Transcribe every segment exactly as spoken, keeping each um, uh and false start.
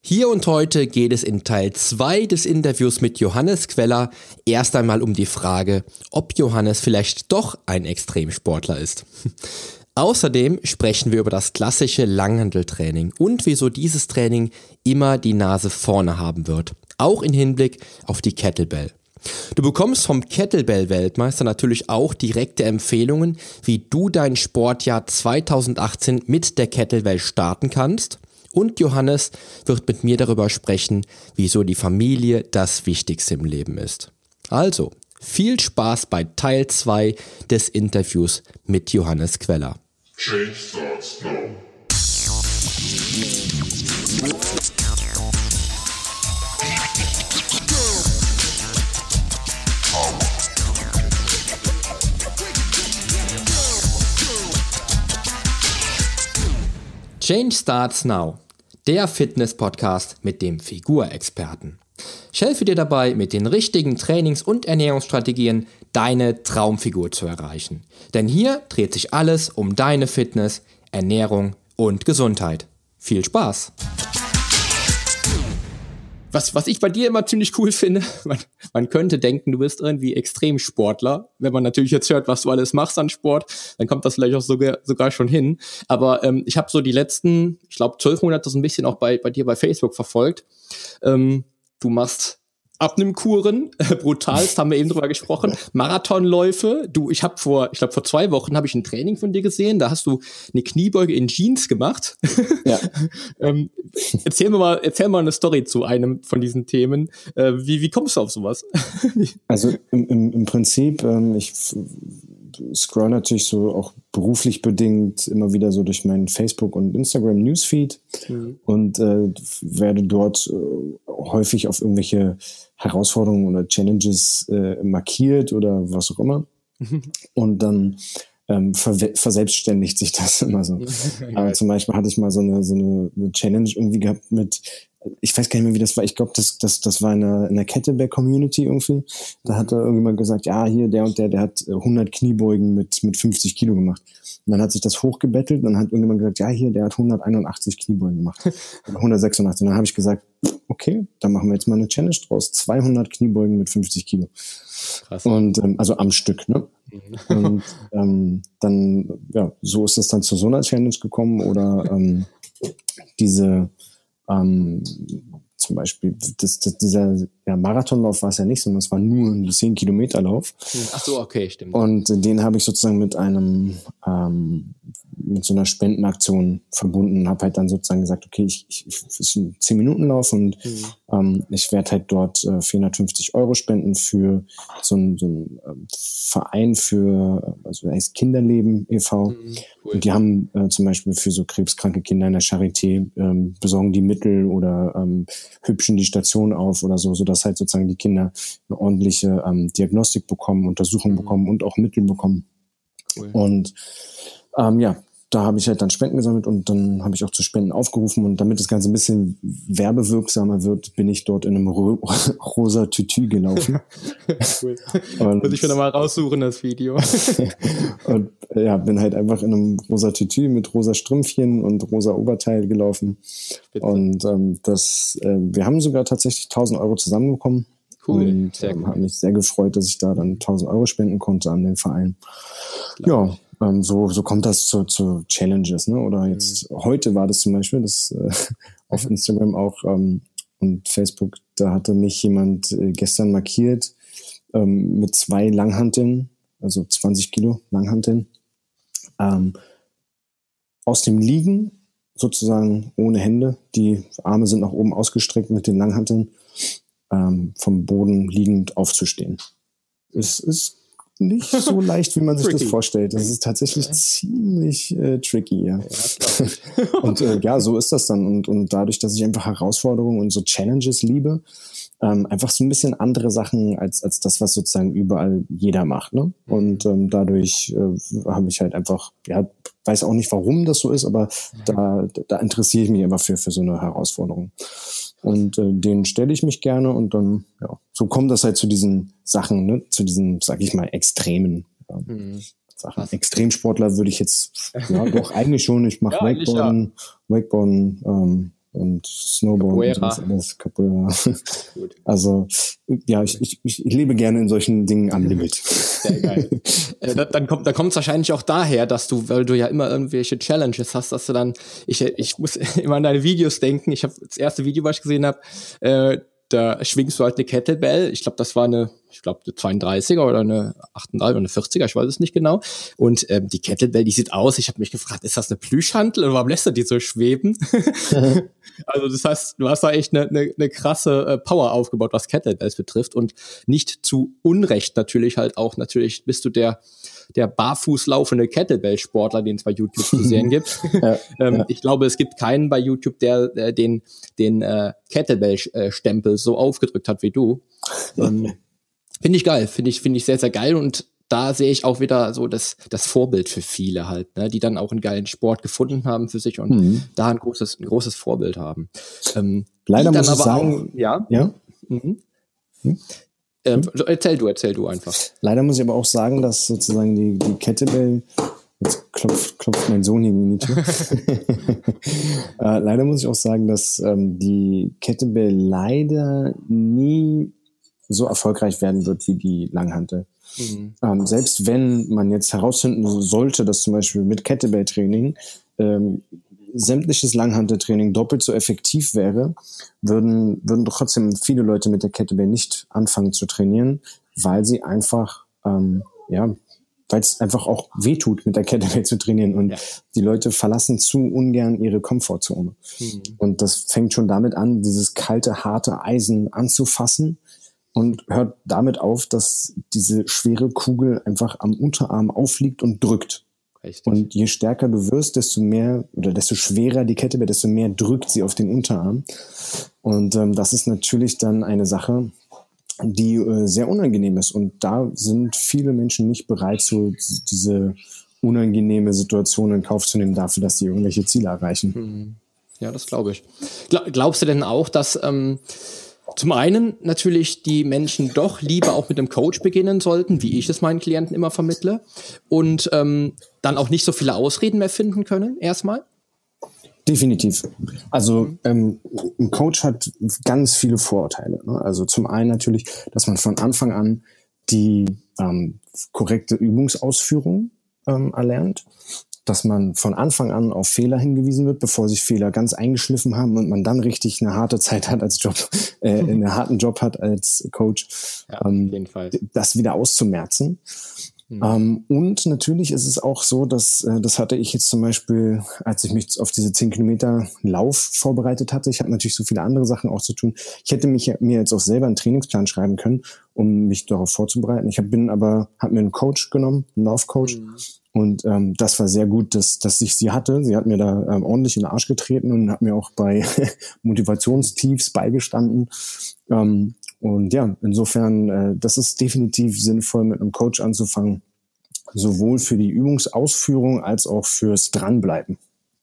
Hier und heute geht es in Teil zwei des Interviews mit Johannes Queller erst einmal um die Frage, ob Johannes vielleicht doch ein Extremsportler ist. Außerdem sprechen wir über das klassische Langhanteltraining und wieso dieses Training immer die Nase vorne haben wird, auch im Hinblick auf die Kettlebell. Du bekommst vom Kettlebell-Weltmeister natürlich auch direkte Empfehlungen, wie du dein Sportjahr zweitausendachtzehn mit der Kettlebell starten kannst. Und Johannes wird mit mir darüber sprechen, wieso die Familie das Wichtigste im Leben ist. Also, viel Spaß bei Teil zwei des Interviews mit Johannes Queller. Change starts now. Change Starts Now, der Fitness-Podcast mit dem Figurexperten. Ich helfe dir dabei, mit den richtigen Trainings- und Ernährungsstrategien deine Traumfigur zu erreichen. Denn hier dreht sich alles um deine Fitness, Ernährung und Gesundheit. Viel Spaß! Was, was ich bei dir immer ziemlich cool finde, man, man könnte denken, du bist irgendwie Extremsportler. Wenn man natürlich jetzt hört, was du alles machst an Sport, dann kommt das vielleicht auch sogar, sogar schon hin. Aber ähm, ich habe so die letzten, ich glaube, zwölf Monate so ein bisschen auch bei, bei dir bei Facebook verfolgt. Ähm, du machst Abnimmkuren, äh, brutalst, haben wir eben drüber gesprochen, Marathonläufe. Du, ich habe vor, ich glaube vor zwei Wochen habe ich ein Training von dir gesehen, da hast du eine Kniebeuge in Jeans gemacht. Ja. ähm, erzähl mir mal, erzähl mal eine Story zu einem von diesen Themen. Äh, wie, wie kommst du auf sowas? Also im, im, im Prinzip, ähm, ich scroll natürlich so auch beruflich bedingt immer wieder so durch meinen Facebook- und Instagram-Newsfeed mhm. und äh, werde dort äh, häufig auf irgendwelche Herausforderungen oder Challenges äh, markiert oder was auch immer. Mhm. Und dann ähm, ver- verselbstständigt sich das immer so. Aber zum Beispiel hatte ich mal so eine, so eine, eine Challenge irgendwie gehabt mit, ich weiß gar nicht mehr, wie das war. Ich glaube, das, das, das war in einer, in einer Kettlebell-Community irgendwie. Da hat da irgendjemand gesagt, ja, hier, der und der, der hat hundert Kniebeugen mit, mit fünfzig Kilo gemacht. Und dann hat sich das hochgebettelt und dann hat irgendjemand gesagt, ja, hier, der hat hunderteinundachtzig Kniebeugen gemacht. Oder hundertsechsundachtzig. Und dann habe ich gesagt, okay, dann machen wir jetzt mal eine Challenge draus. zweihundert Kniebeugen mit fünfzig Kilo. Krass. Und, ähm, also am Stück, ne? Und ähm, dann, ja, so ist es dann zu so einer Challenge gekommen. Oder ähm, diese Ähm, zum Beispiel das, das, dieser ja, Marathonlauf war es ja nicht, sondern es war nur ein zehn Kilometer Lauf. Ach so, okay, stimmt. Und den habe ich sozusagen mit einem ähm, mit so einer Spendenaktion verbunden, habe halt dann sozusagen gesagt, okay, ich, ich, es ist ein zehn Minuten Lauf und mhm. ähm, ich werde halt dort äh, vierhundertfünfzig Euro spenden für so einen so ein, ähm, Verein für, also der heißt Kinderleben e V. Mhm, cool. Und die haben äh, zum Beispiel für so krebskranke Kinder in der Charité ähm, besorgen die Mittel oder ähm, hübschen die Station auf oder so, sodass halt sozusagen die Kinder eine ordentliche ähm, Diagnostik bekommen, Untersuchung mhm. bekommen und auch Mittel bekommen. Cool. Und ähm, ja, da habe ich halt dann Spenden gesammelt und dann habe ich auch zu Spenden aufgerufen und damit das Ganze ein bisschen werbewirksamer wird, bin ich dort in einem ro- rosa Tütü gelaufen. Cool. Und muss ich wieder mal raussuchen, das Video. Und ja, bin halt einfach in einem rosa Tütü mit rosa Strümpfchen und rosa Oberteil gelaufen. Bitte. Und ähm, das, äh, wir haben sogar tatsächlich tausend Euro zusammenbekommen. Cool. Und sehr ähm, cool. Habe mich sehr gefreut, dass ich da dann tausend Euro spenden konnte an den Verein. Klar. Ja. Ähm, so, so kommt das zu, zu Challenges, ne? Oder jetzt, mhm. heute war das zum Beispiel, das äh, auf Instagram auch ähm, und Facebook, da hatte mich jemand äh, gestern markiert ähm, mit zwei Langhanteln, also zwanzig Kilo Langhanteln, ähm, aus dem Liegen, sozusagen ohne Hände, die Arme sind nach oben ausgestreckt mit den Langhanteln, ähm, vom Boden liegend aufzustehen. Es ist nicht so leicht, wie man sich das vorstellt. Das ist tatsächlich ja. ziemlich äh, tricky, ja. ja und äh, ja, so ist das dann. Und, und dadurch, dass ich einfach Herausforderungen und so Challenges liebe, ähm, einfach so ein bisschen andere Sachen als als das, was sozusagen überall jeder macht, ne? Und ähm, dadurch äh, habe ich halt einfach, ja, weiß auch nicht, warum das so ist, aber mhm. da da interessiere ich mich einfach für für so eine Herausforderung. Und äh, denen stelle ich mich gerne und dann, ja, so kommt das halt zu diesen Sachen, ne, zu diesen, sag ich mal, extremen ja, mhm. Sachen. Was? Extremsportler würde ich jetzt, ja, doch eigentlich schon. Ich mache ja, Wakeboarden, Wakeboarden, ähm, und Snowboard und sowas alles, Capoeira. Gut. Also ja, ich, ich, ich lebe gerne in solchen Dingen am Limit. Sehr geil. äh, dann kommt dann kommt es wahrscheinlich auch daher, dass du, weil du ja immer irgendwelche Challenges hast, dass du dann, ich ich muss immer an deine Videos denken. Ich habe das erste Video, was ich gesehen habe, äh, da schwingst du halt eine Kettlebell. Ich glaube, das war eine, ich glaube, eine zweiunddreißiger oder eine achtunddreißiger oder eine vierziger, ich weiß es nicht genau. Und ähm, die Kettlebell, die sieht aus, ich habe mich gefragt, ist das eine Plüschhantel oder warum lässt er die so schweben? Also das heißt, du hast da echt eine, eine, eine krasse äh, Power aufgebaut, was Kettlebells betrifft. Und nicht zu Unrecht natürlich halt auch, natürlich bist du der der barfuß laufende Kettlebell-Sportler, den es bei YouTube zu sehen gibt. Ja, ähm, ja. Ich glaube, es gibt keinen bei YouTube, der äh, den, den äh, Kettlebell-Stempel so aufgedrückt hat wie du. Ähm, finde ich geil, finde ich, finde ich sehr, sehr geil. Und da sehe ich auch wieder so das, das Vorbild für viele halt, ne, die dann auch einen geilen Sport gefunden haben für sich und mhm. da ein großes, ein großes Vorbild haben. Ähm, Leider muss ich sagen, auch, ja. ja? Mhm. Hm? Äh, erzähl du, erzähl du einfach. Leider muss ich aber auch sagen, dass sozusagen die, die Kettlebell, jetzt klopft, klopft mein Sohn hier in die Tür. äh, leider muss ich auch sagen, dass ähm, die Kettlebell leider nie so erfolgreich werden wird wie die Langhantel. Mhm. Ähm, selbst wenn man jetzt herausfinden sollte, dass zum Beispiel mit Kettlebell-Training ähm, sämtliches Langhanteltraining doppelt so effektiv wäre, würden, würden trotzdem viele Leute mit der Kettlebell nicht anfangen zu trainieren, weil sie einfach, ähm, ja, weil es einfach auch wehtut, mit der Kettlebell zu trainieren. Und ja. die Leute verlassen zu ungern ihre Komfortzone. Mhm. Und das fängt schon damit an, dieses kalte, harte Eisen anzufassen und hört damit auf, dass diese schwere Kugel einfach am Unterarm aufliegt und drückt. Richtig. Und je stärker du wirst, desto mehr oder desto schwerer die Kettlebell, desto mehr drückt sie auf den Unterarm. Und ähm, das ist natürlich dann eine Sache, die äh, sehr unangenehm ist. Und da sind viele Menschen nicht bereit, so diese unangenehme Situation in Kauf zu nehmen dafür, dass sie irgendwelche Ziele erreichen. Ja, das glaube ich. Glaubst du denn auch, dass ähm zum einen natürlich die Menschen doch lieber auch mit einem Coach beginnen sollten, wie ich es meinen Klienten immer vermittle, und ähm, dann auch nicht so viele Ausreden mehr finden können, erstmal? Definitiv. Also ähm, ein Coach hat ganz viele Vorurteile. Ne? Also zum einen natürlich, dass man von Anfang an die ähm, korrekte Übungsausführung ähm, erlernt, dass man von Anfang an auf Fehler hingewiesen wird, bevor sich Fehler ganz eingeschliffen haben und man dann richtig eine harte Zeit hat als Job, äh, einen harten Job hat als Coach, ja, ähm, auf jeden Fall. Das wieder auszumerzen. Mhm. Ähm, und natürlich ist es auch so, dass, äh, das hatte ich jetzt zum Beispiel, als ich mich auf diese zehn Kilometer Lauf vorbereitet hatte, ich habe natürlich so viele andere Sachen auch zu tun. Ich hätte mich mir jetzt auch selber einen Trainingsplan schreiben können, um mich darauf vorzubereiten. Ich hab, bin aber, habe mir einen Coach genommen, einen Laufcoach. Mhm. Und ähm, das war sehr gut, dass, dass ich sie hatte. Sie hat mir da ähm, ordentlich in den Arsch getreten und hat mir auch bei Motivationstiefs beigestanden. Ähm, und ja, insofern, äh, das ist definitiv sinnvoll, mit einem Coach anzufangen. Sowohl für die Übungsausführung als auch fürs Dranbleiben.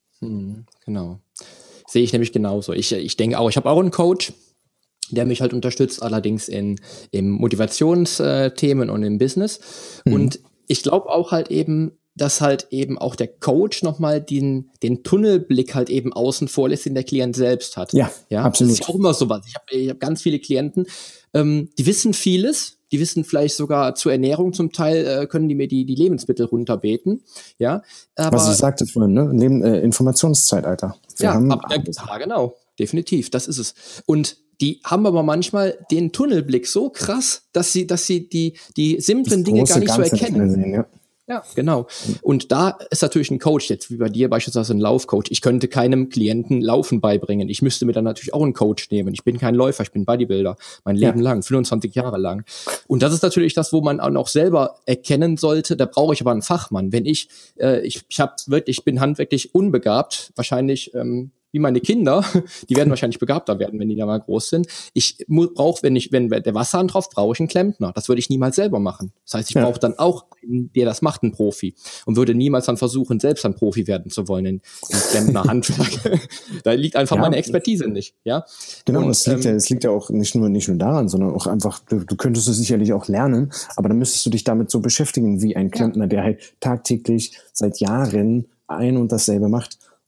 Hm, genau. Sehe ich nämlich genauso. Ich, ich denke auch, ich habe auch einen Coach, der mich halt unterstützt, allerdings in, in Motivationsthemen und im Business. Mhm. Und ich glaube auch halt eben, dass halt eben auch der Coach nochmal den, den Tunnelblick halt eben außen vor lässt, den der Klient selbst hat. Ja, ja, absolut. Das ist auch immer sowas. Ich habe ich hab ganz viele Klienten, ähm, die wissen vieles, die wissen vielleicht sogar zur Ernährung zum Teil, äh, können die mir die, die Lebensmittel runterbeten. Ja, aber, was ich sagte vorhin, ne? Leben, äh, Informationszeitalter. Wir ja, haben ab, äh, ja, genau, definitiv, das ist es. Und die haben aber manchmal den Tunnelblick so krass, dass sie, dass sie die, die simplen Dinge gar nicht so erkennen. Nicht sehen, ja. Ja, genau. Und da ist natürlich ein Coach, jetzt wie bei dir beispielsweise ein Laufcoach. Ich könnte keinem Klienten Laufen beibringen. Ich müsste mir dann natürlich auch einen Coach nehmen. Ich bin kein Läufer, ich bin Bodybuilder. Mein Leben ja. lang, fünfundzwanzig Jahre lang. Und das ist natürlich das, wo man auch noch selber erkennen sollte. Da brauche ich aber einen Fachmann. Wenn ich, äh, ich, ich habe wirklich, ich bin handwerklich unbegabt, wahrscheinlich, ähm, wie meine Kinder, die werden wahrscheinlich begabter werden, wenn die da mal groß sind. Ich brauche, wenn ich, wenn der Wasserhahn drauf, brauche ich einen Klempner. Das würde ich niemals selber machen. Das heißt, ich ja. brauche dann auch einen, der das macht, einen Profi. Und würde niemals dann versuchen, selbst ein Profi werden zu wollen in, in Klempner Handwerk. Da liegt einfach ja. meine Expertise nicht. Ja. Genau, und es liegt, ähm, ja, es liegt ja auch nicht nur, nicht nur daran, sondern auch einfach, du, du könntest es sicherlich auch lernen, aber dann müsstest du dich damit so beschäftigen wie ein Klempner, ja. der halt tagtäglich seit Jahren ein und dasselbe macht.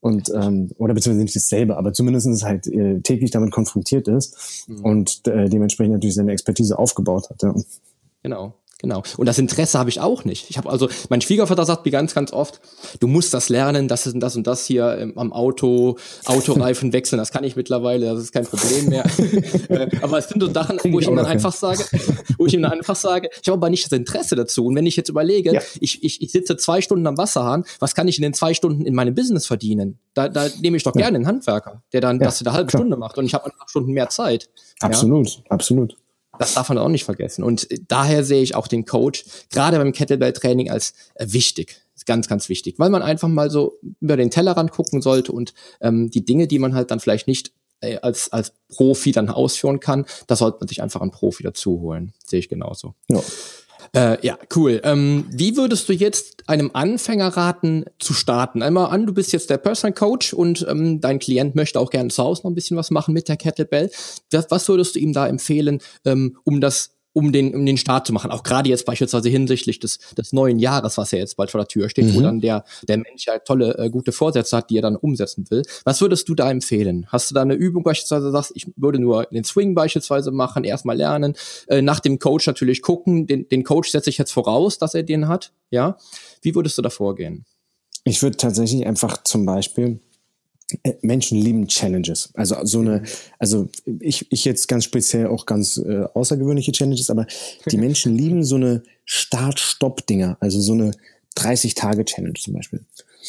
Und, ähm, oder beziehungsweise nicht dasselbe, aber zumindest halt äh, täglich damit konfrontiert ist mhm. und äh, dementsprechend natürlich seine Expertise aufgebaut hat. Ja. Genau. Genau. Und das Interesse habe ich auch nicht. Ich habe also, mein Schwiegervater sagt mir ganz, ganz oft, du musst das lernen, das ist und das und das hier ähm, am Auto, Autoreifen wechseln, das kann ich mittlerweile, das ist kein Problem mehr. Aber es sind so Sachen, wo ich ihm dann einfach sage, wo ich ihm dann einfach sage, ich habe aber nicht das Interesse dazu. Und wenn ich jetzt überlege, ja. ich, ich, ich sitze zwei Stunden am Wasserhahn, was kann ich in den zwei Stunden in meinem Business verdienen? Da, da nehme ich doch ja. gerne einen Handwerker, der dann ja, das in der halben klar. Stunde macht und ich habe anderthalb Stunden mehr Zeit. Absolut, ja? absolut. Das darf man auch nicht vergessen. Und daher sehe ich auch den Coach gerade beim Kettlebell-Training als äh, wichtig. Ganz, ganz wichtig. Weil man einfach mal so über den Tellerrand gucken sollte und ähm, die Dinge, die man halt dann vielleicht nicht äh, als, als Profi dann ausführen kann, da sollte man sich einfach einen Profi dazu holen. Sehe ich genauso. Ja. Äh, ja, cool. Ähm, wie würdest du jetzt einem Anfänger raten, zu starten? Einmal an, du bist jetzt der Personal Coach und ähm, dein Klient möchte auch gerne zu Hause noch ein bisschen was machen mit der Kettlebell. Das, was würdest du ihm da empfehlen, ähm, um das um den um den Start zu machen? Auch gerade jetzt beispielsweise hinsichtlich des des neuen Jahres, was ja jetzt bald vor der Tür steht, mhm. wo dann der der Mensch ja tolle, äh, gute Vorsätze hat, die er dann umsetzen will. Was würdest du da empfehlen? Hast du da eine Übung beispielsweise, sagst, ich würde nur den Swing beispielsweise machen, erstmal lernen, äh, nach dem Coach natürlich gucken, den den Coach setze ich jetzt voraus, dass er den hat, ja? Wie würdest du da vorgehen? Ich würde tatsächlich einfach zum Beispiel Menschen lieben Challenges. Also so eine, also ich, ich jetzt ganz speziell auch ganz äh, außergewöhnliche Challenges, aber die Menschen lieben so eine Start-Stopp-Dinger, also so eine dreißig-Tage-Challenge zum Beispiel.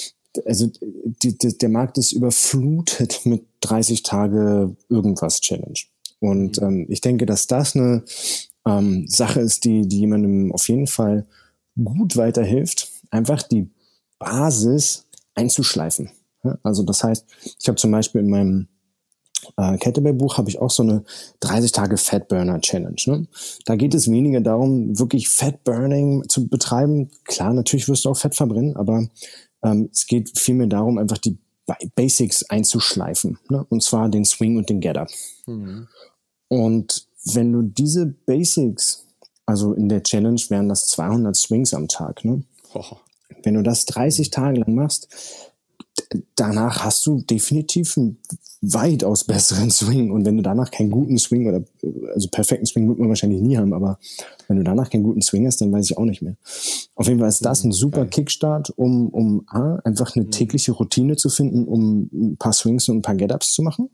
Also die, die, der Markt ist überflutet mit dreißig Tage irgendwas Challenge. Und mhm. ähm, ich denke, dass das eine ähm, Sache ist, die, die jemandem auf jeden Fall gut weiterhilft, einfach die Basis einzuschleifen. Also das heißt, ich habe zum Beispiel in meinem äh, Kettlebell-Buch habe ich auch so eine dreißig Tage Fat Burner Challenge. Ne? Da geht es weniger darum, wirklich Fat Burning zu betreiben. Klar, natürlich wirst du auch Fett verbrennen, aber ähm, es geht vielmehr darum, einfach die Basics einzuschleifen. Ne? Und zwar den Swing und den Get-Up. Mhm. Und wenn du diese Basics, also in der Challenge wären das zweihundert Swings am Tag, ne? Oh. Wenn du das dreißig Tage lang machst, danach hast du definitiv einen weitaus besseren Swing. Und wenn du danach keinen guten Swing oder, also perfekten Swing wird man wahrscheinlich nie haben, aber wenn du danach keinen guten Swing hast, dann weiß ich auch nicht mehr. Auf jeden Fall ist das ein super okay. Kickstart, um, um A, einfach eine tägliche Routine zu finden, um ein paar Swings und ein paar Get-Ups zu machen.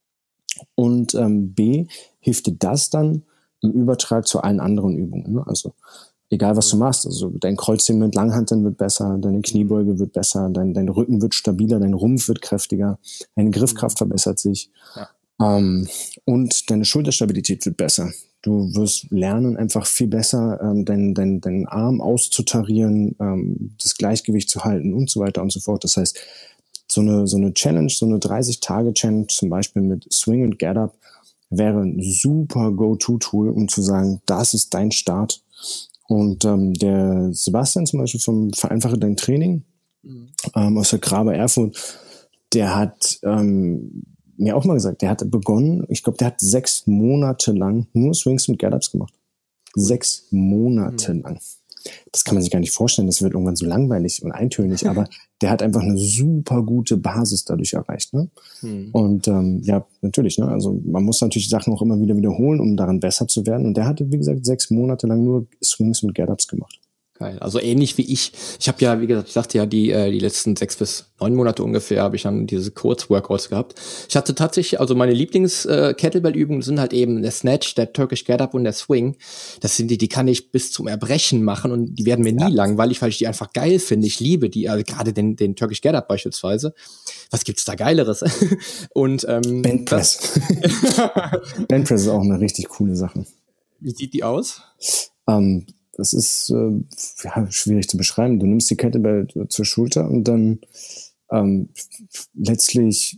Und ähm, B, hilft dir das dann im Übertrag zu allen anderen Übungen. Ne? Also egal, was du machst, also dein Kreuzheben mit Langhanteln wird besser, deine Kniebeuge wird besser, dein, dein Rücken wird stabiler, dein Rumpf wird kräftiger, deine Griffkraft verbessert sich ja. ähm, und deine Schulterstabilität wird besser. Du wirst lernen, einfach viel besser ähm, deinen dein, dein Arm auszutarieren, ähm, das Gleichgewicht zu halten und so weiter und so fort. Das heißt, so eine, so eine Challenge, so eine dreißig-Tage-Challenge zum Beispiel mit Swing und Get-Up wäre ein super Go-To-Tool, um zu sagen, das ist dein Start. Und ähm, der Sebastian zum Beispiel vom Vereinfache dein Training mhm. ähm, aus der Grabe Erfurt, der hat ähm, mir auch mal gesagt, der hat begonnen, ich glaube, der hat sechs Monate lang nur Swings und Get-Ups gemacht. Cool. Sechs Monate mhm. lang. Das kann man sich gar nicht vorstellen, das wird irgendwann so langweilig und eintönig, aber der hat einfach eine super gute Basis dadurch erreicht. Ne? Hm. Und ähm, ja, natürlich, ne? Also man muss natürlich Sachen auch immer wieder wiederholen, um daran besser zu werden. Und der hatte, wie gesagt, sechs Monate lang nur Swings und Get-Ups gemacht. Geil. Also ähnlich wie ich. Ich habe ja, wie gesagt, ich sagte ja, die äh, die letzten sechs bis neun Monate ungefähr habe ich dann diese Kurzworkouts gehabt. Ich hatte tatsächlich, also meine Lieblings-Kettlebell-Übungen sind halt eben der Snatch, der Turkish Get-Up und der Swing. Das sind die, die kann ich bis zum Erbrechen machen und die werden mir nie ja. langweilig, weil ich die einfach geil finde. Ich liebe die, also gerade den den Turkish Get-Up beispielsweise. Was gibt's da Geileres? Und ähm, Bandpress. Bandpress ist auch eine richtig coole Sache. Wie sieht die aus? Ähm, Das ist äh, ja, schwierig zu beschreiben. Du nimmst die Kettlebell zur Schulter und dann ähm, letztlich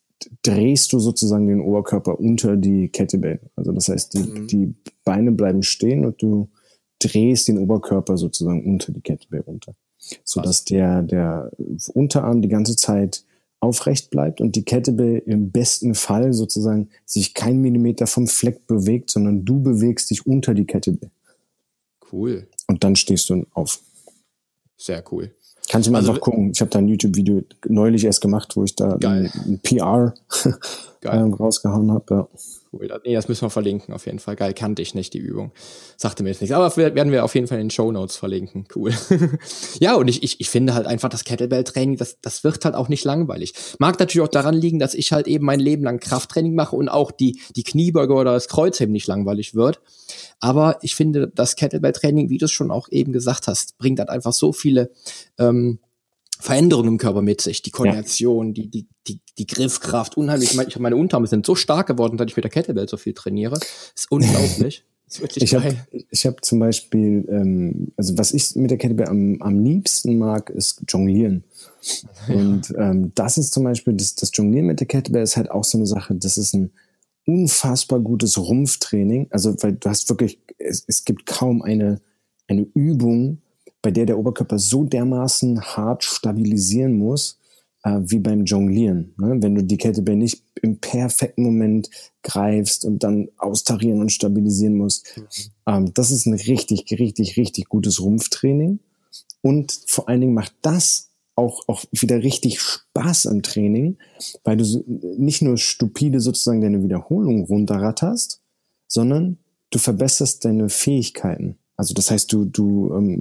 drehst du sozusagen den Oberkörper unter die Kettlebell. Also das heißt, die, mhm. die Beine bleiben stehen und du drehst den Oberkörper sozusagen unter die Kettlebell runter. Sodass der, der Unterarm die ganze Zeit aufrecht bleibt und die Kettlebell im besten Fall sozusagen sich kein Millimeter vom Fleck bewegt, sondern du bewegst dich unter die Kettlebell. Cool. Und dann stehst du auf. Sehr cool. Kannst du mal Also- einfach gucken. Ich habe da ein YouTube-Video neulich erst gemacht, wo ich da Geil. ein, ein P R Geil. ähm, rausgehauen habe. Ja. Cool. Nee, das müssen wir verlinken, auf jeden Fall. Geil, kannte ich nicht, die Übung. Sagte mir jetzt nichts. Aber werden wir auf jeden Fall in den Shownotes verlinken. Cool. Ja, und ich, ich, ich finde halt einfach, das Kettlebell-Training, das, das wird halt auch nicht langweilig. Mag natürlich auch daran liegen, dass ich halt eben mein Leben lang Krafttraining mache und auch die, die Kniebeuge oder das Kreuzheben nicht langweilig wird. Aber ich finde, das Kettlebell-Training, wie du es schon auch eben gesagt hast, bringt halt einfach so viele ähm, Veränderungen im Körper mit sich, die Koordination, ja. die, die, die, die Griffkraft, unheimlich. Ich meine, meine Unterarme sind so stark geworden, dass ich mit der Kettlebell so viel trainiere. Das ist unglaublich. Das ist wirklich ich geil. Hab, ich habe zum Beispiel, ähm, also was ich mit der Kettlebell am, am liebsten mag, ist Jonglieren. Ja. Und ähm, das ist zum Beispiel, das, das Jonglieren mit der Kettlebell ist halt auch so eine Sache, das ist ein unfassbar gutes Rumpftraining. Also, weil du hast wirklich, es, es gibt kaum eine, eine Übung, bei der der Oberkörper so dermaßen hart stabilisieren muss, äh, wie beim Jonglieren. Ne? Wenn du die Kettlebell nicht im perfekten Moment greifst und dann austarieren und stabilisieren musst. Mhm. Ähm, das ist ein richtig, richtig, richtig gutes Rumpftraining. Und vor allen Dingen macht das auch, auch wieder richtig Spaß am Training, weil du so, nicht nur stupide sozusagen deine Wiederholung runterratterst, sondern du verbesserst deine Fähigkeiten. Also das heißt, du, du ähm,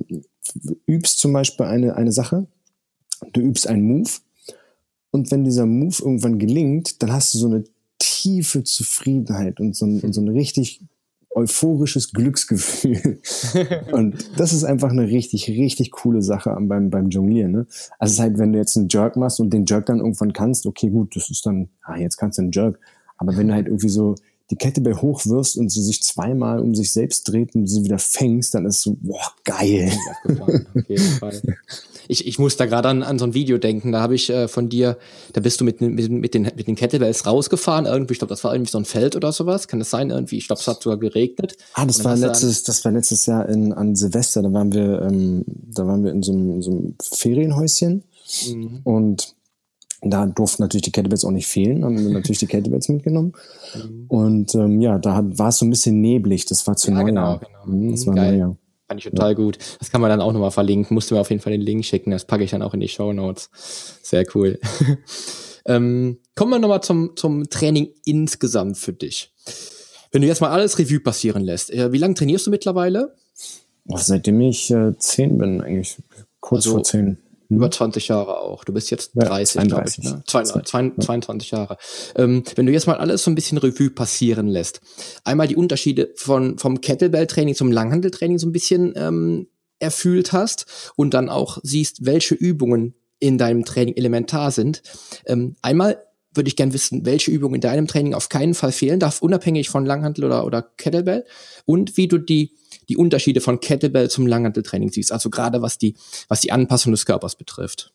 übst zum Beispiel eine, eine Sache, du übst einen Move und wenn dieser Move irgendwann gelingt, dann hast du so eine tiefe Zufriedenheit und so ein, und so ein richtig euphorisches Glücksgefühl. Und das ist einfach eine richtig, richtig coole Sache beim, beim Jonglieren. Ne? Also es ist halt, wenn du jetzt einen Jerk machst und den Jerk dann irgendwann kannst, okay, gut, das ist dann, ah, jetzt kannst du einen Jerk. Aber wenn du halt irgendwie so die Kettlebell hochwirfst und sie sich zweimal um sich selbst dreht und sie wieder fängst, dann ist so, boah, geil. Auf jeden Fall. Ich, ich muss da gerade an, an so ein Video denken, da habe ich äh, von dir, da bist du mit, mit, mit, den, mit den Kettlebells rausgefahren, irgendwie, ich glaube, das war irgendwie so ein Feld oder sowas, kann das sein, irgendwie, ich glaube, es hat sogar geregnet. Ah, das war letztes, das war letztes Jahr in, an Silvester, da waren wir, ähm, da waren wir in so einem, in so einem Ferienhäuschen mhm. und da durften natürlich die Kettlebells auch nicht fehlen, haben wir natürlich die Kettlebells mitgenommen. Mhm. Und ähm, ja, da war es so ein bisschen neblig, das war zu ja, Neujahr. Genau, genau. Mhm, das war Geil. Neujahr. Fand ich total ja. gut. Das kann man dann auch nochmal verlinken. Musst du mir auf jeden Fall den Link schicken, das packe ich dann auch in die Shownotes. Sehr cool. ähm, kommen wir nochmal zum, zum Training insgesamt für dich. Wenn du jetzt mal alles Revue passieren lässt, äh, wie lange trainierst du mittlerweile? Ach, seitdem ich äh, zehn bin, eigentlich kurz also, vor zehn. Über zwanzig Jahre auch. Du bist jetzt dreißig, ja, glaube ich. Ne? zweiundzwanzig Jahre. Ähm, wenn du jetzt mal alles so ein bisschen Revue passieren lässt, einmal die Unterschiede von vom Kettlebell-Training zum Langhanteltraining so ein bisschen ähm, erfühlt hast und dann auch siehst, welche Übungen in deinem Training elementar sind. Ähm, einmal würde ich gerne wissen, welche Übung in deinem Training auf keinen Fall fehlen darf, unabhängig von Langhantel oder, oder Kettlebell, und wie du die die Unterschiede von Kettlebell zum Langhanteltraining siehst, also gerade was die, was die Anpassung des Körpers betrifft.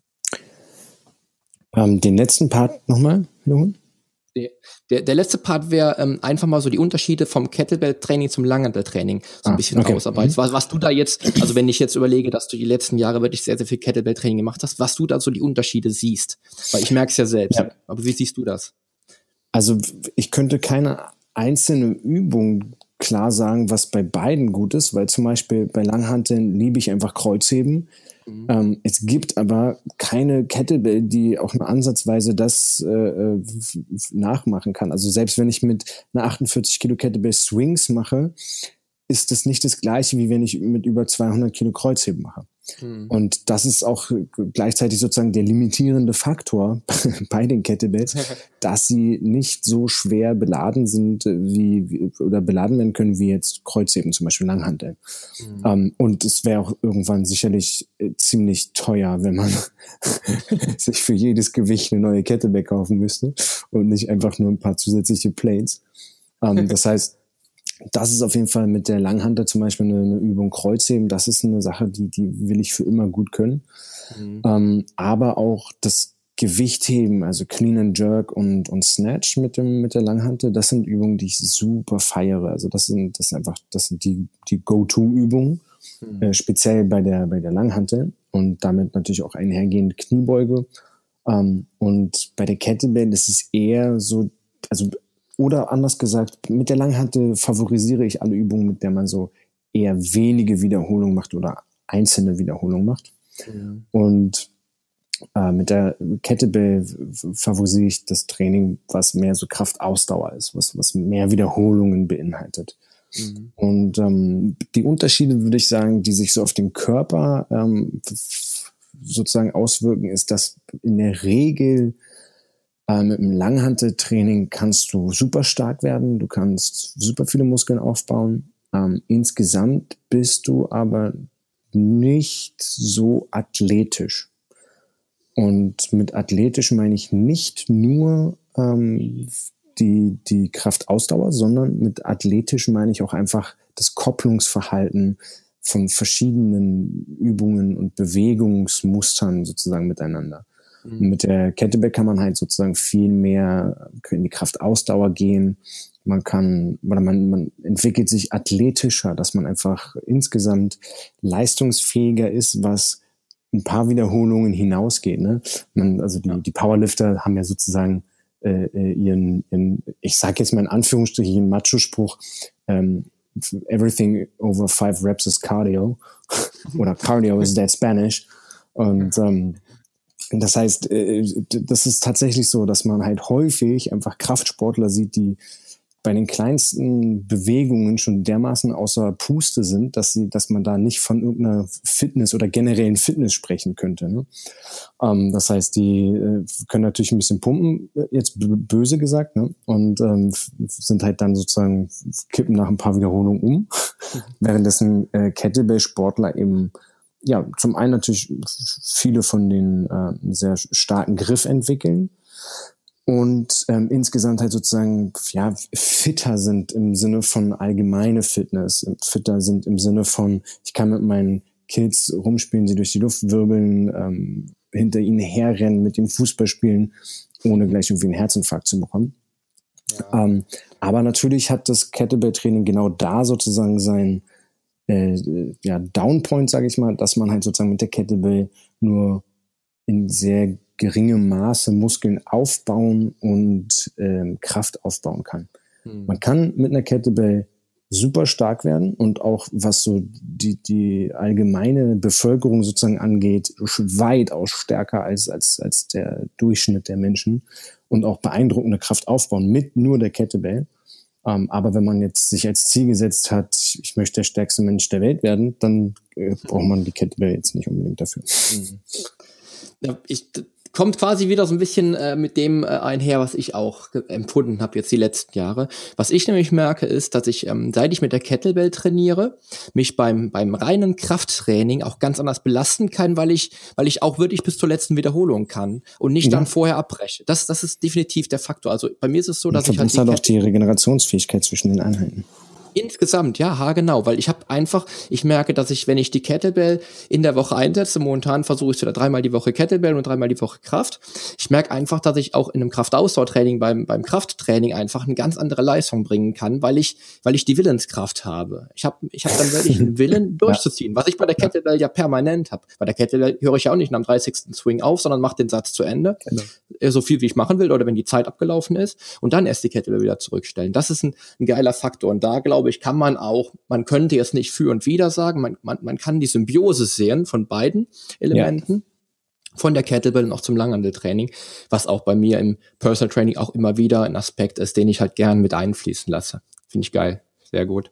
Ähm, den letzten Part nochmal, Johann? Der, der letzte Part wäre ähm, einfach mal so die Unterschiede vom Kettlebell-Training zum Langhanteltraining so ein ah, bisschen okay. rausarbeitest. Was, was du da jetzt, also wenn ich jetzt überlege, dass du die letzten Jahre wirklich sehr, sehr viel Kettlebell-Training gemacht hast, was du da so die Unterschiede siehst. Weil ich merke es ja selbst. Ja. Aber wie siehst du das? Also ich könnte keine einzelne Übung klar sagen, was bei beiden gut ist, weil zum Beispiel bei Langhanteln liebe ich einfach Kreuzheben. Mhm. Ähm, es gibt aber keine Kettlebell, die auch nur ansatzweise das äh, nachmachen kann. Also selbst wenn ich mit einer achtundvierzig Kilo Kettlebell Swings mache, ist das nicht das Gleiche, wie wenn ich mit über zweihundert Kilo Kreuzheben mache. Mhm. Und das ist auch gleichzeitig sozusagen der limitierende Faktor bei den Kettlebells, dass sie nicht so schwer beladen sind, wie, wie oder beladen werden können, wie jetzt Kreuzheben, zum Beispiel Langhanteln. Mhm. Um, und es wäre auch irgendwann sicherlich äh, ziemlich teuer, wenn man sich für jedes Gewicht eine neue Kettlebell kaufen müsste und nicht einfach nur ein paar zusätzliche Plates. Um, das heißt, das ist auf jeden Fall mit der Langhantel zum Beispiel eine, eine Übung Kreuzheben. Das ist eine Sache, die, die will ich für immer gut können. Mhm. Ähm, aber auch das Gewichtheben, also Clean and Jerk und, und Snatch mit dem, mit der Langhantel, das sind Übungen, die ich super feiere. Also das sind, das sind einfach, das sind die, die Go-To-Übungen, mhm. äh, speziell bei der, bei der Langhantel und damit natürlich auch einhergehend Kniebeuge. Ähm, und bei der Kettlebell ist es eher so, also oder anders gesagt, mit der Langhantel favorisiere ich alle Übungen, mit der man so eher wenige Wiederholungen macht oder einzelne Wiederholungen macht. Mhm. Und äh, mit der Kettlebell favorisiere ich das Training, was mehr so Kraftausdauer ist, was, was mehr Wiederholungen beinhaltet. Mhm. Und ähm, die Unterschiede, würde ich sagen, die sich so auf den Körper ähm, sozusagen auswirken, ist, dass in der Regel äh, mit einem Langhanteltraining kannst du super stark werden, du kannst super viele Muskeln aufbauen. Ähm, insgesamt bist du aber nicht so athletisch. Und mit athletisch meine ich nicht nur ähm, die, die Kraftausdauer, sondern mit athletisch meine ich auch einfach das Kopplungsverhalten von verschiedenen Übungen und Bewegungsmustern sozusagen miteinander. Mhm. Und mit der Kettlebell kann man halt sozusagen viel mehr in die Kraftausdauer gehen. Man kann, oder man, man entwickelt sich athletischer, dass man einfach insgesamt leistungsfähiger ist, was ein paar Wiederholungen hinausgeht. Ne? Man, also die, ja. die Powerlifter haben ja sozusagen äh, ihren, ihren, ich sage jetzt mal in Anführungsstrichen, ihren Macho-Spruch, ähm, everything over five reps is cardio oder cardio is dead Spanish. Und ähm, das heißt, äh, das ist tatsächlich so, dass man halt häufig einfach Kraftsportler sieht, die bei den kleinsten Bewegungen schon dermaßen außer Puste sind, dass sie, dass man da nicht von irgendeiner Fitness oder generellen Fitness sprechen könnte. Ne? Ähm, das heißt, die äh, können natürlich ein bisschen pumpen, jetzt b- böse gesagt, ne? Und ähm, f- sind halt dann sozusagen, kippen nach ein paar Wiederholungen um, mhm. währenddessen äh, Kettlebell-Sportler eben ja zum einen natürlich viele von den äh, einen sehr starken Griff entwickeln, und ähm, insgesamt halt sozusagen ja fitter sind im Sinne von allgemeine Fitness, fitter sind im Sinne von, ich kann mit meinen Kids rumspielen, sie durch die Luft wirbeln, ähm, hinter ihnen herrennen, mit ihnen Fußball spielen, ohne gleich irgendwie einen Herzinfarkt zu bekommen. Ja. Ähm, aber natürlich hat das Kettlebell-Training genau da sozusagen sein äh, ja, Downpoint, sage ich mal, dass man halt sozusagen mit der Kettlebell nur in sehr geringem Maße Muskeln aufbauen und ähm, Kraft aufbauen kann. Mhm. Man kann mit einer Kettlebell super stark werden und auch was so die, die allgemeine Bevölkerung sozusagen angeht, weitaus stärker als, als, als der Durchschnitt der Menschen und auch beeindruckende Kraft aufbauen mit nur der Kettlebell. Ähm, aber wenn man jetzt sich als Ziel gesetzt hat, ich möchte der stärkste Mensch der Welt werden, dann äh, braucht man die Kettlebell jetzt nicht unbedingt dafür. Mhm. Ja, ich kommt quasi wieder so ein bisschen äh, mit dem äh, einher, was ich auch ge- empfunden habe jetzt die letzten Jahre. Was ich nämlich merke, ist, dass ich, ähm, seit ich mit der Kettlebell trainiere, mich beim beim reinen Krafttraining auch ganz anders belasten kann, weil ich weil ich auch wirklich bis zur letzten Wiederholung kann und nicht ja. dann vorher abbreche. Das das ist definitiv der Faktor. Also bei mir ist es so, dass ich halt die, halt auch die Regenerationsfähigkeit zwischen den Einheiten. Insgesamt, ja, ha, genau, weil ich habe einfach, ich merke, dass ich, wenn ich die Kettlebell in der Woche einsetze, momentan versuche ich wieder dreimal die Woche Kettlebell und dreimal die Woche Kraft. Ich merke einfach, dass ich auch in einem Kraftausdauertraining beim beim Krafttraining einfach eine ganz andere Leistung bringen kann, weil ich weil ich die Willenskraft habe. Ich habe ich habe dann wirklich einen Willen durchzuziehen, was ich bei der Kettlebell ja permanent habe. Bei der Kettlebell höre ich ja auch nicht nach dem dreißigsten Swing auf, sondern mache den Satz zu Ende, genau. so viel wie ich machen will oder wenn die Zeit abgelaufen ist und dann erst die Kettlebell wieder zurückstellen. Das ist ein, ein geiler Faktor und da glaube ich, kann man auch, man könnte jetzt nicht für und wider sagen, man, man, man kann die Symbiose sehen von beiden Elementen, ja. von der Kettlebell und auch zum Langhanteltraining, was auch bei mir im Personal Training auch immer wieder ein Aspekt ist, den ich halt gern mit einfließen lasse. Finde ich geil, sehr gut.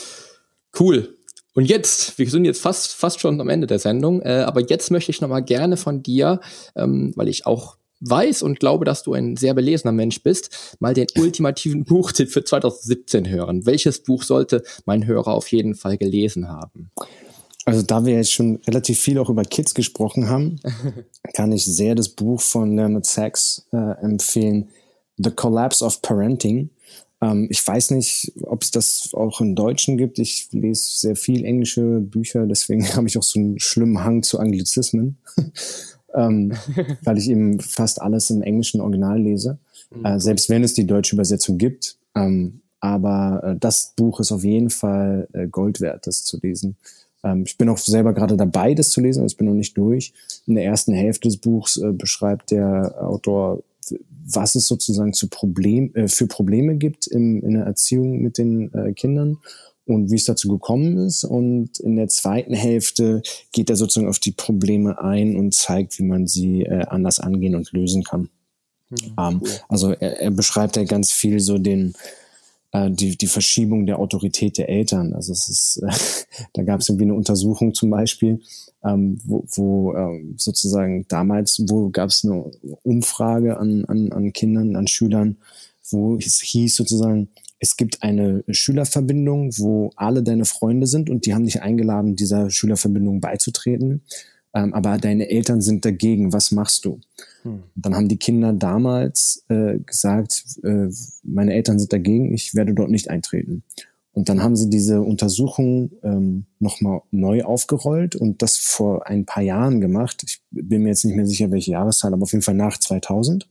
Cool. Und jetzt, wir sind jetzt fast fast schon am Ende der Sendung, äh, aber jetzt möchte ich nochmal gerne von dir, ähm, weil ich auch weiß und glaube, dass du ein sehr belesener Mensch bist, mal den ultimativen Buchtipp für zwanzig siebzehn hören. Welches Buch sollte mein Hörer auf jeden Fall gelesen haben? Also da wir jetzt schon relativ viel auch über Kids gesprochen haben, kann ich sehr das Buch von Leonard Sachs äh, empfehlen, The Collapse of Parenting. Ähm, ich weiß nicht, ob es das auch im Deutschen gibt. Ich lese sehr viel englische Bücher, deswegen habe ich auch so einen schlimmen Hang zu Anglizismen. ähm, weil ich eben fast alles im englischen Original lese, mhm. äh, selbst wenn es die deutsche Übersetzung gibt. Ähm, aber äh, das Buch ist auf jeden Fall äh, Gold wert, das zu lesen. Ähm, ich bin auch selber gerade dabei, das zu lesen, aber ich bin noch nicht durch. In der ersten Hälfte des Buchs äh, beschreibt der Autor, was es sozusagen zu Problem, äh, für Probleme gibt im, in der Erziehung mit den äh, Kindern und wie es dazu gekommen ist. Und in der zweiten Hälfte geht er sozusagen auf die Probleme ein und zeigt, wie man sie äh, anders angehen und lösen kann. Mhm, ähm, cool. Also er, er beschreibt ja ganz viel so den äh, die die Verschiebung der Autorität der Eltern. Also es ist äh, da gab es irgendwie eine Untersuchung zum Beispiel, ähm, wo, wo äh, sozusagen damals, wo gab es eine Umfrage an, an an Kindern, an Schülern, wo es hieß sozusagen, es gibt eine Schülerverbindung, wo alle deine Freunde sind und die haben dich eingeladen, dieser Schülerverbindung beizutreten. Ähm, aber deine Eltern sind dagegen. Was machst du? Hm. Dann haben die Kinder damals äh, gesagt, äh, meine Eltern sind dagegen, ich werde dort nicht eintreten. Und dann haben sie diese Untersuchung ähm, nochmal neu aufgerollt und das vor ein paar Jahren gemacht. Ich bin mir jetzt nicht mehr sicher, welche Jahreszahl, aber auf jeden Fall nach zweitausend.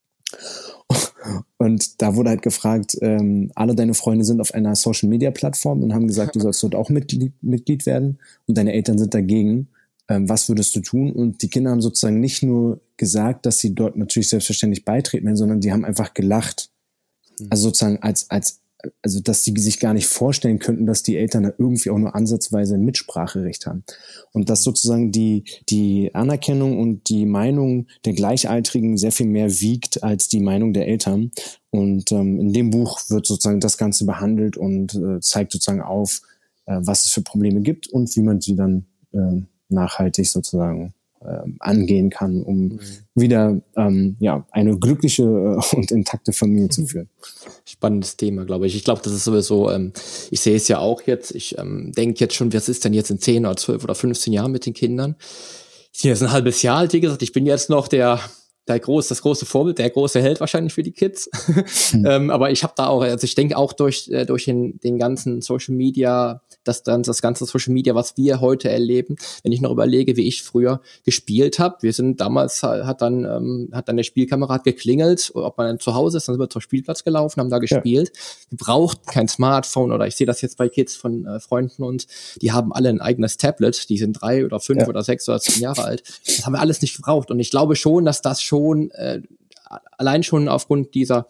Und da wurde halt gefragt, ähm, alle deine Freunde sind auf einer Social-Media-Plattform und haben gesagt, du sollst dort auch Mitglied, Mitglied werden und deine Eltern sind dagegen. Ähm, was würdest du tun? Und die Kinder haben sozusagen nicht nur gesagt, dass sie dort natürlich selbstverständlich beitreten werden, sondern die haben einfach gelacht. Also sozusagen als, als, also dass sie sich gar nicht vorstellen könnten, dass die Eltern da irgendwie auch nur ansatzweise ein Mitspracherecht haben. Und dass sozusagen die, die Anerkennung und die Meinung der Gleichaltrigen sehr viel mehr wiegt als die Meinung der Eltern. Und ähm, in dem Buch wird sozusagen das Ganze behandelt und äh, zeigt sozusagen auf, äh, was es für Probleme gibt und wie man sie dann äh, nachhaltig sozusagen äh, angehen kann, um mhm. wieder ähm, ja eine glückliche äh, und intakte Familie zu führen. Spannendes Thema, glaube ich. Ich glaube, das ist sowieso, ähm, ich sehe es ja auch jetzt, ich ähm, denke jetzt schon, was ist denn jetzt in zehn oder zwölf oder fünfzehn Jahren mit den Kindern? Ich bin jetzt ein halbes Jahr alt, wie gesagt, ich bin jetzt noch der der groß, das große Vorbild, der große Held wahrscheinlich für die Kids. Mhm. ähm, aber ich habe da auch, also ich denke auch durch äh, durch den, den ganzen Social Media, das dann das ganze Social Media, was wir heute erleben, wenn ich noch überlege, wie ich früher gespielt habe. Wir sind damals hat dann ähm, hat dann der Spielkamerad geklingelt, ob man dann zu Hause ist, dann sind wir zum Spielplatz gelaufen, haben da gespielt. Ja. Wir brauchten kein Smartphone oder ich sehe das jetzt bei Kids von äh, Freunden und die haben alle ein eigenes Tablet, die sind drei oder fünf ja. oder sechs oder zehn Jahre alt. Das haben wir alles nicht gebraucht und ich glaube schon, dass das schon Äh, allein schon aufgrund dieser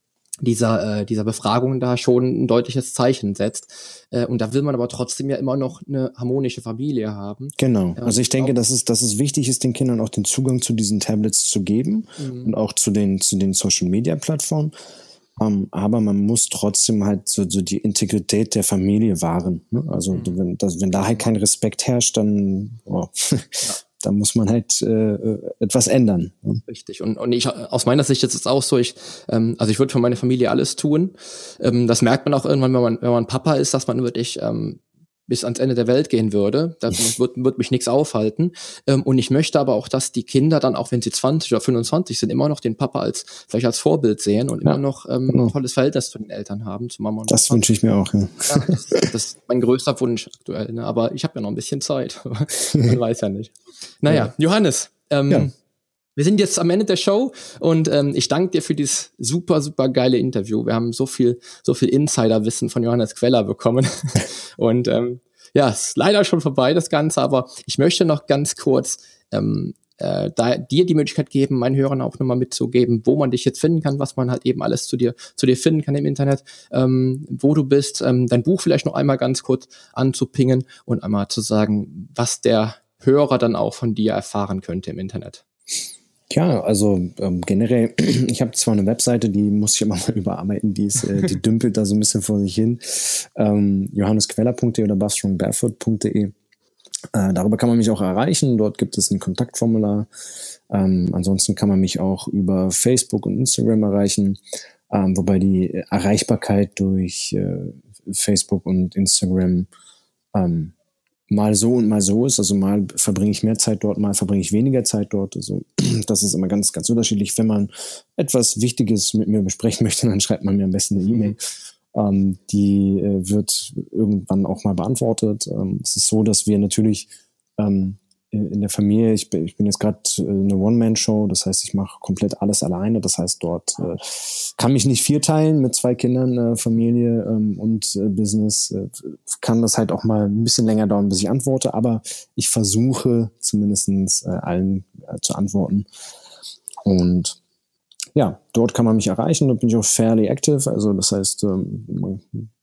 dieser äh, dieser Befragung da schon ein deutliches Zeichen setzt. Äh, und da will man aber trotzdem ja immer noch eine harmonische Familie haben. Genau. Also ich denke, dass es, dass es wichtig ist, den Kindern auch den Zugang zu diesen Tablets zu geben mhm. und auch zu den zu den Social-Media-Plattformen. Um, aber man muss trotzdem halt so, so die Integrität der Familie wahren. Ne? Also mhm. wenn, das, wenn da halt kein Respekt herrscht, dann oh, ja. da muss man halt äh, etwas ändern. Ne? Richtig. Und, und ich aus meiner Sicht ist es auch so, ich, ähm, also ich würde für meine Familie alles tun. Ähm, das merkt man auch irgendwann, wenn man, wenn man Papa ist, dass man wirklich ähm, bis ans Ende der Welt gehen würde. Da wird, wird mich nichts aufhalten. Ähm, und ich möchte aber auch, dass die Kinder dann, auch wenn sie zwanzig oder fünfundzwanzig sind, immer noch den Papa als vielleicht als Vorbild sehen und ja, immer noch ähm, genau. ein tolles Verhältnis zu den Eltern haben, zu Mama und Das Papa. Wünsche ich mir auch. Ja. Ja, das, das ist mein größter Wunsch aktuell. Ne? Aber ich habe ja noch ein bisschen Zeit. Man weiß ja nicht. Naja, ja. Johannes, ähm, ja. wir sind jetzt am Ende der Show und ähm, ich danke dir für dieses super, super geile Interview. Wir haben so viel, so viel Insiderwissen von Johannes Queller bekommen. und ähm, ja, ist leider schon vorbei, das Ganze, aber ich möchte noch ganz kurz ähm, äh, da, dir die Möglichkeit geben, meinen Hörern auch nochmal mitzugeben, wo man dich jetzt finden kann, was man halt eben alles zu dir zu dir finden kann im Internet, ähm, wo du bist, ähm, dein Buch vielleicht noch einmal ganz kurz anzupingen und einmal zu sagen, was der Hörer dann auch von dir erfahren könnte im Internet. Ja, also ähm, generell, ich habe zwar eine Webseite, die muss ich immer mal überarbeiten, die ist, äh, die dümpelt da so ein bisschen vor sich hin. Ähm, johannesqueller punkt de oder buffstrongbarefoot punkt de. Äh, darüber kann man mich auch erreichen. Dort gibt es ein Kontaktformular. Ähm, ansonsten kann man mich auch über Facebook und Instagram erreichen, ähm, wobei die Erreichbarkeit durch äh, Facebook und Instagram ähm, mal so und mal so ist. Also mal verbringe ich mehr Zeit dort, mal verbringe ich weniger Zeit dort. Also das ist immer ganz, ganz unterschiedlich. Wenn man etwas Wichtiges mit mir besprechen möchte, dann schreibt man mir am besten eine E-Mail. Ähm, die äh, wird irgendwann auch mal beantwortet. Ähm, es ist so, dass wir natürlich ähm, in der Familie, ich bin, ich bin jetzt gerade äh, eine One-Man-Show, das heißt, ich mache komplett alles alleine. Das heißt, dort äh, kann mich nicht vierteilen mit zwei Kindern, äh, Familie ähm, und äh, Business. Äh, kann das halt auch mal ein bisschen länger dauern, bis ich antworte, aber ich versuche zumindest äh, allen äh, zu antworten. Und ja, dort kann man mich erreichen, da bin ich auch fairly active, also das heißt, ähm, man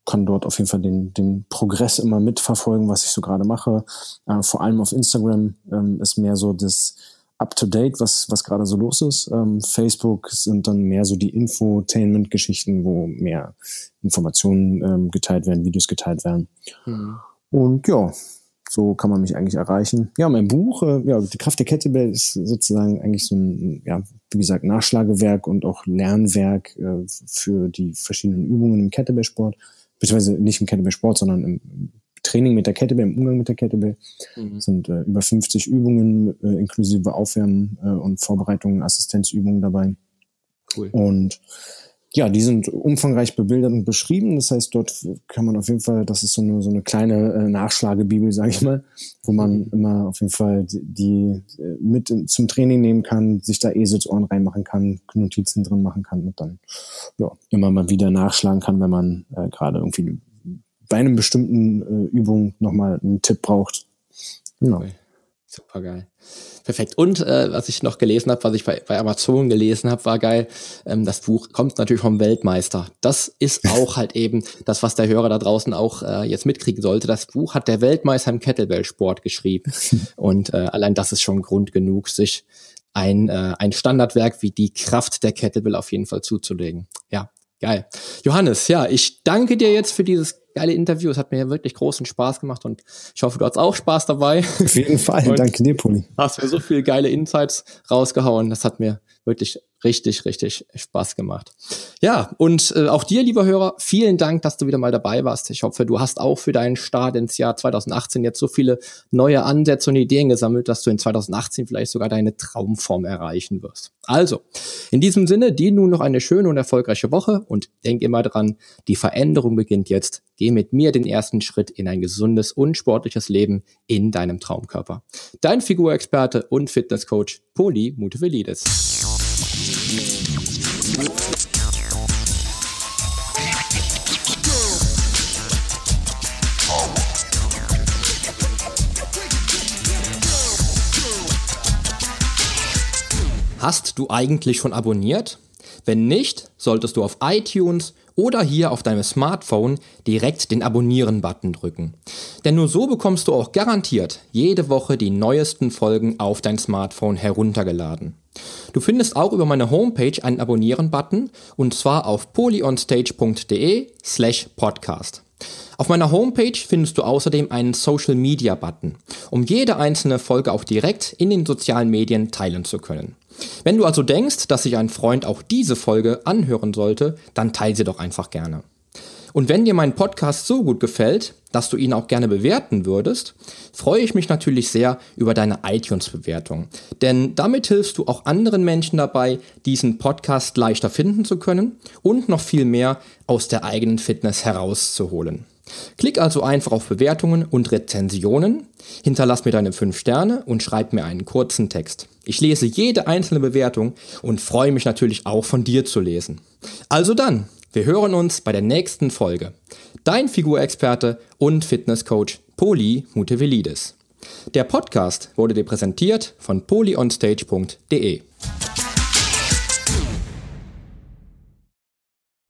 kann dort auf jeden Fall den, den Progress immer mitverfolgen, was ich so gerade mache. Äh, vor allem auf Instagram ähm, ist mehr so das Up-to-Date, was, was gerade so los ist. Ähm, Facebook sind dann mehr so die Infotainment-Geschichten, wo mehr Informationen ähm, geteilt werden, Videos geteilt werden. Mhm. Und ja, so kann man mich eigentlich erreichen. Ja, mein Buch, äh, ja, Die Kraft der Kettlebell ist sozusagen eigentlich so ein, ja, wie gesagt, Nachschlagewerk und auch Lernwerk äh, für die verschiedenen Übungen im Kettlebell-Sport, beziehungsweise nicht im Kettlebell-Sport, sondern im Training mit der Kettlebell, im Umgang mit der Kettlebell. Mhm. Sind äh, über fünfzig Übungen, äh, inklusive Aufwärmen äh, und Vorbereitungen, Assistenzübungen dabei. Cool. Und ja, die sind umfangreich bebildert und beschrieben. Das heißt, dort kann man auf jeden Fall, das ist so eine, so eine kleine äh, Nachschlagebibel, sage ich mal, wo man mhm. immer auf jeden Fall die, die mit in, zum Training nehmen kann, sich da Eselsohren reinmachen kann, Notizen drin machen kann und dann ja immer mal wieder nachschlagen kann, wenn man äh, gerade irgendwie bei einem bestimmten äh, Übung nochmal einen Tipp braucht. Genau. Cool. Super geil. Perfekt. Und äh, was ich noch gelesen habe, was ich bei, bei Amazon gelesen habe, war geil. Ähm, das Buch kommt natürlich vom Weltmeister. Das ist auch halt eben das, was der Hörer da draußen auch äh, jetzt mitkriegen sollte. Das Buch hat der Weltmeister im Kettlebell-Sport geschrieben. Und äh, allein das ist schon Grund genug, sich ein, äh, ein Standardwerk wie die Kraft der Kettlebell auf jeden Fall zuzulegen. Ja, geil. Johannes, ja, ich danke dir jetzt für dieses geile Interview. Es hat mir wirklich großen Spaß gemacht und ich hoffe, du hast auch Spaß dabei. Auf jeden Fall. Und danke dir, Poli. Hast mir so viele geile Insights rausgehauen. Das hat mir wirklich richtig, richtig Spaß gemacht. Ja, und äh, auch dir, lieber Hörer, vielen Dank, dass du wieder mal dabei warst. Ich hoffe, du hast auch für deinen Start ins Jahr zwanzig achtzehn jetzt so viele neue Ansätze und Ideen gesammelt, dass du in zwanzig achtzehn vielleicht sogar deine Traumform erreichen wirst. Also, in diesem Sinne, dir nun noch eine schöne und erfolgreiche Woche und denk immer dran, die Veränderung beginnt jetzt. Geh mit mir den ersten Schritt in ein gesundes und sportliches Leben in deinem Traumkörper. Dein Figurexperte und Fitnesscoach Poli Mutevelidis. Hast du eigentlich schon abonniert? Wenn nicht, solltest du auf iTunes oder hier auf deinem Smartphone direkt den Abonnieren-Button drücken. Denn nur so bekommst du auch garantiert jede Woche die neuesten Folgen auf dein Smartphone heruntergeladen. Du findest auch über meine Homepage einen Abonnieren-Button und zwar auf polyonstage.de slash podcast. Auf meiner Homepage findest du außerdem einen Social-Media-Button, um jede einzelne Folge auch direkt in den sozialen Medien teilen zu können. Wenn du also denkst, dass sich ein Freund auch diese Folge anhören sollte, dann teile sie doch einfach gerne. Und wenn dir mein Podcast so gut gefällt, dass du ihn auch gerne bewerten würdest, freue ich mich natürlich sehr über deine iTunes-Bewertung. Denn damit hilfst du auch anderen Menschen dabei, diesen Podcast leichter finden zu können und noch viel mehr aus der eigenen Fitness herauszuholen. Klick also einfach auf Bewertungen und Rezensionen, hinterlass mir deine fünf Sterne und schreib mir einen kurzen Text. Ich lese jede einzelne Bewertung und freue mich natürlich auch von dir zu lesen. Also dann, wir hören uns bei der nächsten Folge. Dein Figurexperte und Fitnesscoach Poli Mutevelidis. Der Podcast wurde dir präsentiert von polyonstage punkt de.